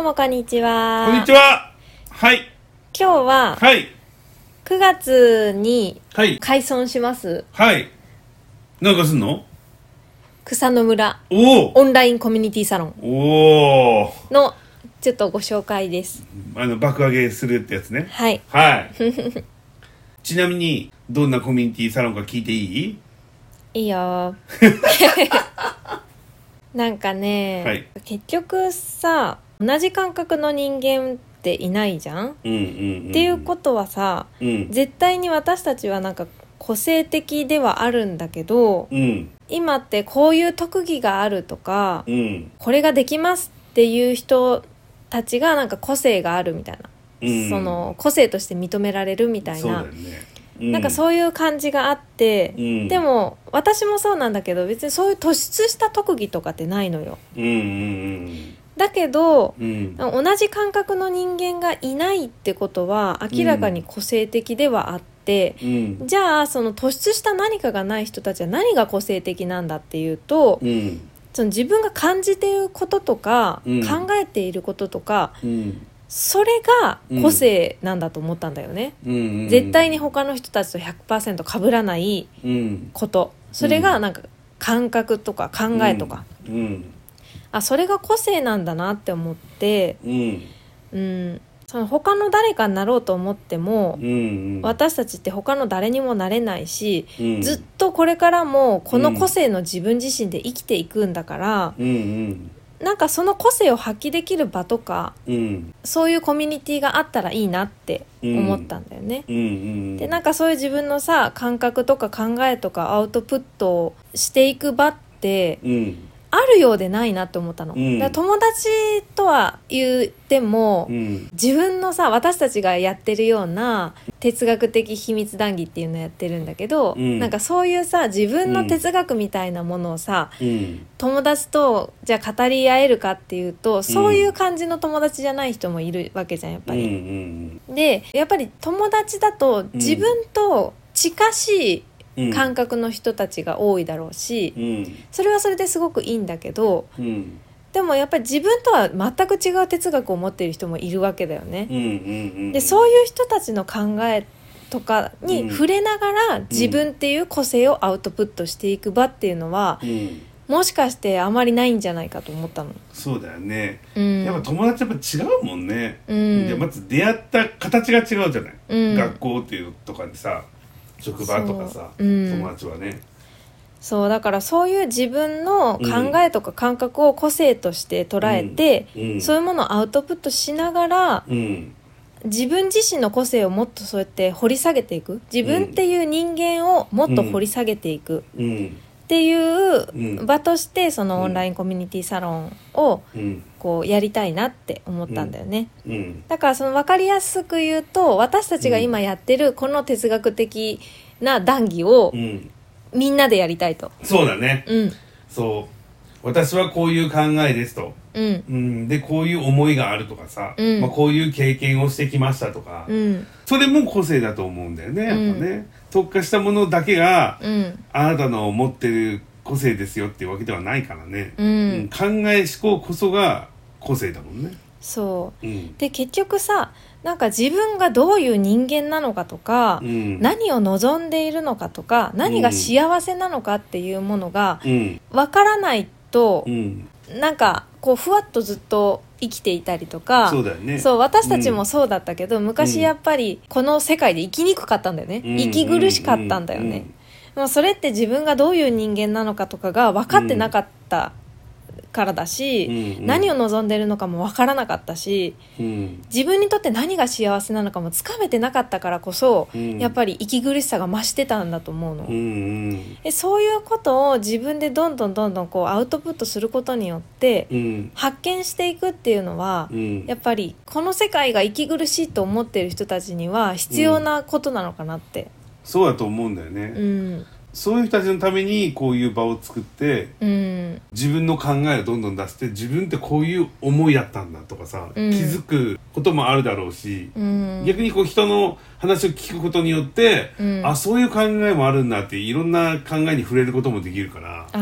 うもこんにちは。 こんにちは。はい。 今日ははい。 9月にはい。 開村しますはい。なんかすんの？ 草の村おオンラインコミュニティサロンお。 のちょっとご紹介です。 爆上げするってやつね。 はい。 はい。ちなみにどんなコミュニティサロンか聞いていい？ いいよ。なんかね、 はい、 結局さ、同じ感覚の人間っていないじゃん、っていうことはさ、絶対に私たちはなんか個性的ではあるんだけど、今ってこういう特技があるとか、これができますっていう人たちがなんか個性があるみたいな、その個性として認められるみたいな、 そうだよね。 なんかそういう感じがあって、でも私もそうなんだけど、別にそういう突出した特技とかってないのよ。だけど、同じ感覚の人間がいないってことは明らかに個性的ではあって、じゃあその突出した何かがない人たちは何が個性的なんだっていうと、その自分が感じていることとか、考えていることとか、それが個性なんだと思ったんだよね。絶対に他の人たちと 100% 被らないこと、それがなんか感覚とか考えとか、それが個性なんだなって思って、その他の誰かになろうと思っても、私たちって他の誰にもなれないし、ずっとこれからもこの個性の自分自身で生きていくんだから、なんかその個性を発揮できる場とか、そういうコミュニティがあったらいいなって思ったんだよね。で、なんかそういう自分のさ、感覚とか考えとかアウトプットをしていく場って、あるようでないなって思ったの。だから友達とは言っても、自分のさ、私たちがやってるような哲学的秘密談義っていうのをやってるんだけど、なんかそういうさ、自分の哲学みたいなものをさ、友達とじゃあ語り合えるかっていうと、そういう感じの友達じゃない人もいるわけじゃん、やっぱり。で、やっぱり友達だと自分と近しい感覚の人たちが多いだろうし、それはそれですごくいいんだけど、でもやっぱり自分とは全く違う哲学を持っている人もいるわけだよね。で、そういう人たちの考えとかに触れながら、自分っていう個性をアウトプットしていく場っていうのは、もしかしてあまりないんじゃないかと思ったの。 そうだよね、やっぱ友達やっぱ違うもんね。で、まず出会った形が違うじゃない、学校っていうとかでさ、職場とかさ、友達はね。 そうだから、そういう自分の考えとか感覚を個性として捉えて、そういうものをアウトプットしながら、自分自身の個性をもっとそうやって掘り下げていく、自分っていう人間をもっと掘り下げていくっていう場として、そのオンラインコミュニティサロンをこうやりたいなって思ったんだよね。だからその分かりやすく言うと、私たちが今やってるこの哲学的な談義をみんなでやりたいと。 そうだね、そう、私はこういう考えですと、でこういう思いがあるとかさ、こういう経験をしてきましたとか、それも個性だと思うんだよね、やっぱね。特化したものだけが、あなたの持ってる個性ですよっていうわけではないからね、考え思考こそが個性だもんね。 そう、で結局さ、なんか自分がどういう人間なのかとか、何を望んでいるのかとか、何が幸せなのかっていうものがわからないと、なんかこうふわっとずっと生きていたりとか。 そうだよね。 そう、私たちもそうだったけど、昔やっぱりこの世界で生きにくかったんだよね、息苦しかったんだよね。もうそれって自分がどういう人間なのかとかが分かってなかったからだし、何を望んでるのかも分からなかったし、自分にとって何が幸せなのかもつかめてなかったからこそ、やっぱり息苦しさが増してたんだと思うの。そういうことを自分でどんどんこうアウトプットすることによって、発見していくっていうのは、やっぱりこの世界が息苦しいと思っている人たちには必要なことなのかなって。 そうだと思うんだよね。 そういう人たちのためにこういう場を作って、自分の考えをどんどん出して、自分ってこういう思いだったんだとかさ、気づくこともあるだろうし、逆にこう人の話を聞くことによって、あ、そういう考えもあるんだっていろんな考えに触れることもできるから、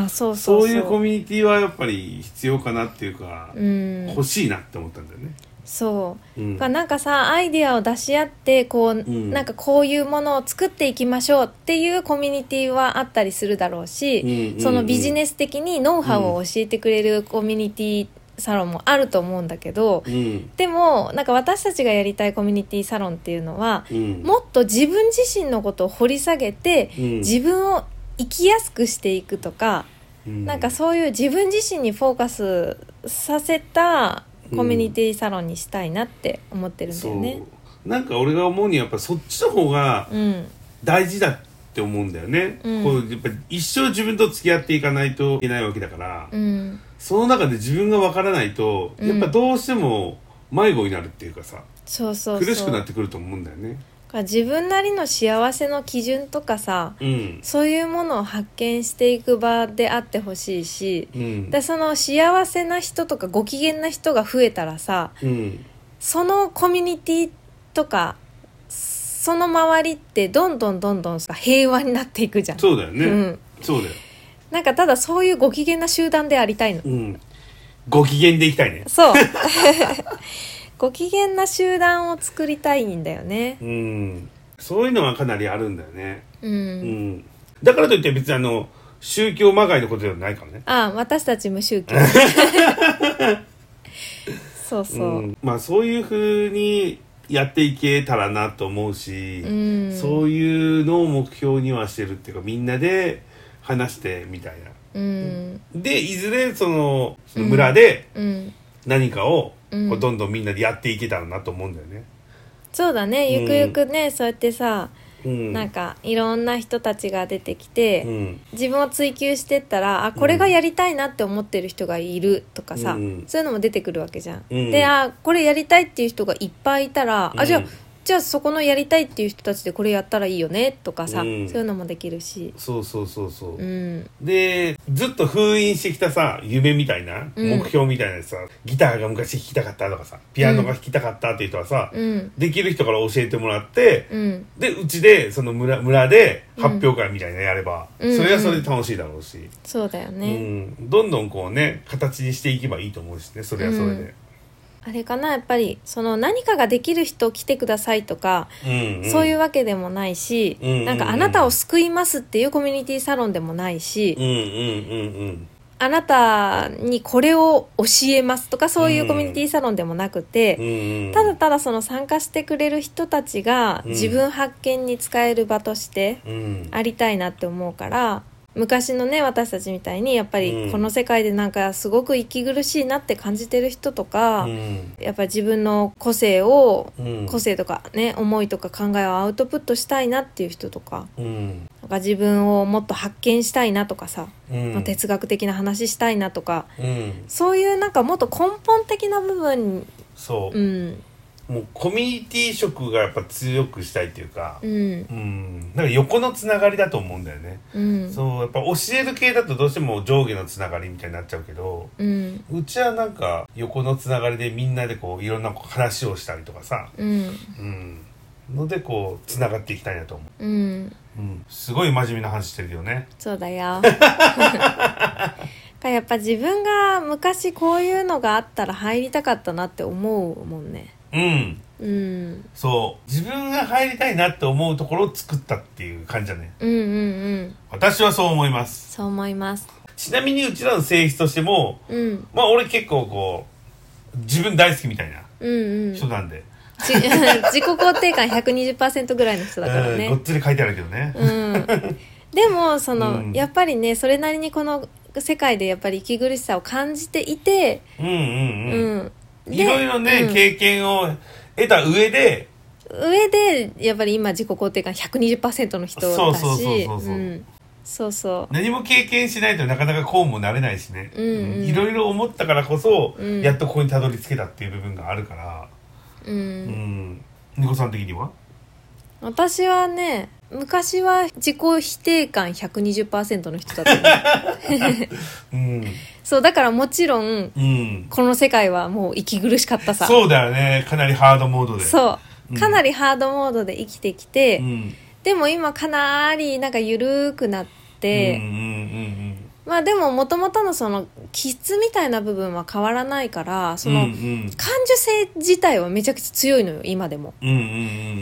そういうコミュニティはやっぱり必要かなっていうか、欲しいなって思ったんだよね。 そう、なんかさ、アイディアを出し合ってこう、なんかこういうものを作っていきましょうっていうコミュニティはあったりするだろうし、そのビジネス的にノウハウを教えてくれるコミュニティサロンもあると思うんだけど、でもなんか私たちがやりたいコミュニティサロンっていうのは、もっと自分自身のことを掘り下げて、自分を生きやすくしていくとか、なんかそういう自分自身にフォーカスさせたコミュニティサロンにしたいなって思ってるんだよね。 なんか俺が思うにやっぱそっちの方が大事だって思うんだよね、こうやっぱ一生自分と付き合っていかないといけないわけだから、その中で自分が分からないと、やっぱどうしても迷子になるっていうかさ、苦しくなってくると思うんだよね。 自分なりの幸せの基準とかさ、そういうものを発見していく場であってほしいし、でその幸せな人とかご機嫌な人が増えたらさ、そのコミュニティとかその周りってどんどんさ平和になっていくじゃん。 そうだよね、そうだよ。 なんかただそういうご機嫌な集団でありたいの、 ご機嫌でいきたいね。 そうご機嫌な集団を作りたいんだよね。 そういうのはかなりあるんだよね。だからといって別に宗教まがいのことではないからね。 私たち無宗教そうそう、 まあそういう風にやっていけたらなと思うし、そういうのを目標にはしてるっていうか、みんなで話してみたいな、でいずれその村で何かをこうどんどんみんなでやっていけたらなと思うんだよね。 そうだね、ゆくゆくね、そうやってさ、なんかいろんな人たちが出てきて、自分を追求してったら、これがやりたいなって思ってる人がいるとかさ、そういうのも出てくるわけじゃん、でこれやりたいっていう人がいっぱいいたら、じゃあそこのやりたいっていう人たちでこれやったらいいよねとかさ、そういうのもできるし、 そう、でずっと封印してきたさ夢みたいな、目標みたいなさ、ギターが昔弾きたかったとかさ、ピアノが弾きたかったっていう人はさ、できる人から教えてもらって、でうちでその村で発表会みたいなのやれば、それはそれで楽しいだろうし、 そうだよね、 どんどんこうね形にしていけばいいと思うしね、それはそれで。 あれかな、やっぱりその何かができる人来てくださいとか、そういうわけでもないし、なんかあなたを救いますっていうコミュニティサロンでもないし、あなたにこれを教えますとかそういうコミュニティサロンでもなくて、ただただその参加してくれる人たちが自分発見に使える場としてありたいなって思うから、昔のね私たちみたいにやっぱりこの世界でなんかすごく息苦しいなって感じてる人とか、やっぱり自分の個性とかね、思いとか考えをアウトプットしたいなっていう人とか、なんか自分をもっと発見したいなとかさ、哲学的な話したいなとか、そういうなんかもっと根本的な部分、 もうコミュニティ色がやっぱ強くしたいっていうか、なんか横のつながりだと思うんだよね、そうやっぱ教える系だとどうしても上下のつながりみたいになっちゃうけど、うちはなんか横のつながりでみんなでこういろんな話をしたりとかさ、のでこうつながっていきたいなと思う、すごい真面目な話してるよね。 そうだよやっぱ自分が昔こういうのがあったら入りたかったなって思うもんね。 そう自分が入りたいなって思うところを作ったっていう感じだね。私はそう思います。 そう思います。 ちなみにうちらの性質としても、まあ俺結構こう自分大好きみたいな人なんで、 自己肯定感 120% ぐらいの人だからね、 ごっつり書いてあるけどね、 でもその、やっぱりねそれなりにこの世界でやっぱり息苦しさを感じていて、 いろいろね、経験を得た上でやっぱり今自己肯定感 120% の人だし、 何も経験しないとなかなかこうもなれないしね、いろいろ思ったからこそ、やっとここにたどり着けたっていう部分があるから、ニコさん的には？ 私はね昔は自己否定感 120% の人だったね、うん、そうだからもちろん、うん、この世界はもう息苦しかったさ。 そうだよね、かなりハードモードで。 そうかなりハードモードで生きてきて、うん、でも今かなりなんか緩くなって、うんうんうんうん、まあでも元々のその気質みたいな部分は変わらないから、その感受性自体はめちゃくちゃ強いのよ今でも、うんうんうん、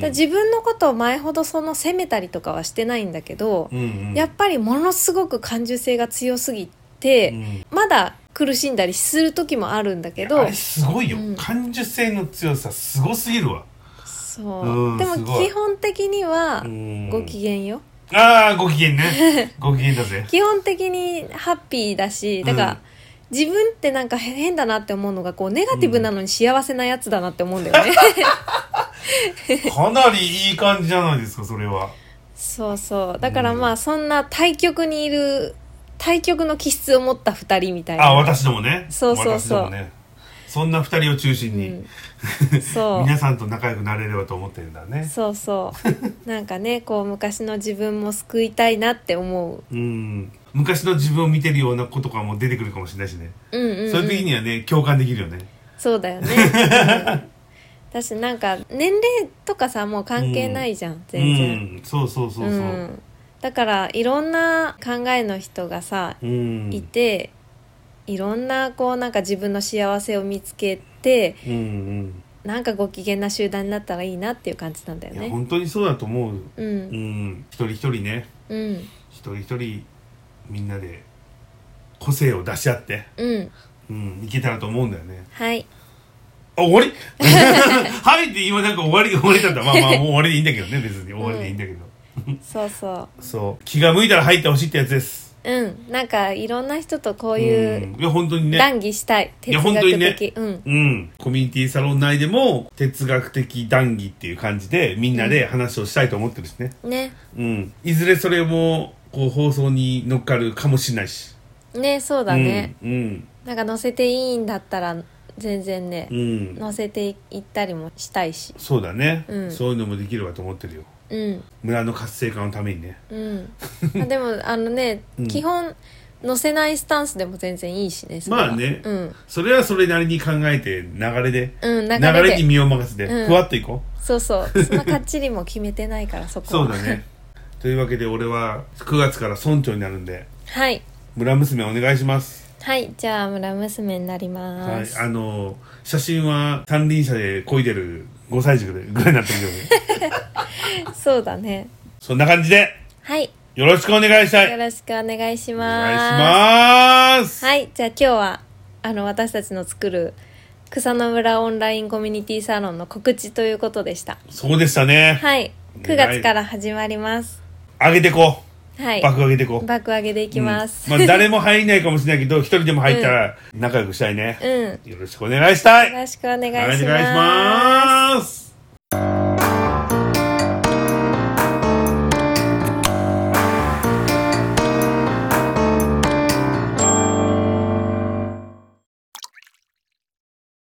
だ自分のことを前ほどその責めたりとかはしてないんだけど、うんうん、やっぱりものすごく感受性が強すぎて、うん、まだ苦しんだりする時もあるんだけど、 あれすごいよ、うん、感受性の強さすごすぎるわ。 そう、でも基本的にはご機嫌よ。 ああ、ご機嫌ね。ご機嫌だぜ。 基本的にハッピーだし、だから、自分ってなんか変だなって思うのが、こうネガティブなのに幸せなやつだなって思うんだよね、 かなりいい感じじゃないですか、それは。 そうそう。だからまあそんな対極にいる対極の気質を持った2人みたいな。 あ、私どもね。 そうそうそう。 私どもね。そんな2人を中心に、そう皆さんと仲良くなれればと思ってるんだね。 そうそうなんかね、こう昔の自分も救いたいなって思う。 昔の自分を見てるようなこととかも出てくるかもしれないしね、うんうんうん、そういう時にはね共感できるよね。 そうだよね、私なんか年齢とかさもう関係ないじゃん、全然、そうそうそうそう、だからいろんな考えの人がさ、いて、いろんなこうなんか自分の幸せを見つけて、なんかご機嫌な集団になったらいいなっていう感じなんだよね。 いや本当にそうだと思う。一人一人ね、一人一人みんなで個性を出し合って、いけたらと思うんだよね。 はい。 あ、終わりはいって今なんか終わりだった。まあまあもう終わりでいいんだけどね、別に終わりでいいんだけど、 そうそうそう、気が向いたら入ってほしいってやつです。 なんかいろんな人とこういういや本当にね談義したい、哲学的。いや本当にね、 コミュニティサロン内でも哲学的談義っていう感じでみんなで話をしたいと思ってるしね、いずれそれもこう放送に乗っかるかもしれないしね。そうだね、なんか載せていいんだったら全然ね、載せていったりもしたいし。 そうだね、そういうのもできるわと思ってるよ。村の活性化のためにね。でも基本載せないスタンスでも全然いいしね。 まあね、それはそれなりに考えて流れで、流れに身を任せて、ふわっといこう。そうそう、そんなかっちりも決めてないからそこは。 そうだね。というわけで俺は9月から村長になるんで、 はい、 村娘お願いします。 はい、じゃあ村娘になります。 はい、写真は三輪車で漕いでる5歳児ぐらいになってるけどね。 そうだね。 そんな感じで、 はい、 よろしくお願いしたい。 よろしくお願いします。 お願いします。 はい、じゃあ今日は私たちの作る草の村オンラインコミュニティサロンの告知ということでした。 そうでしたね。 はい、9月から始まります。 上げてこう。 はい、 爆上げてこう。 爆上げでいきます。 まあ誰も入んないかもしれないけど、一人でも入ったら仲良くしたいね。よろしくお願いしたい。 よろしくお願いします。 お願いします。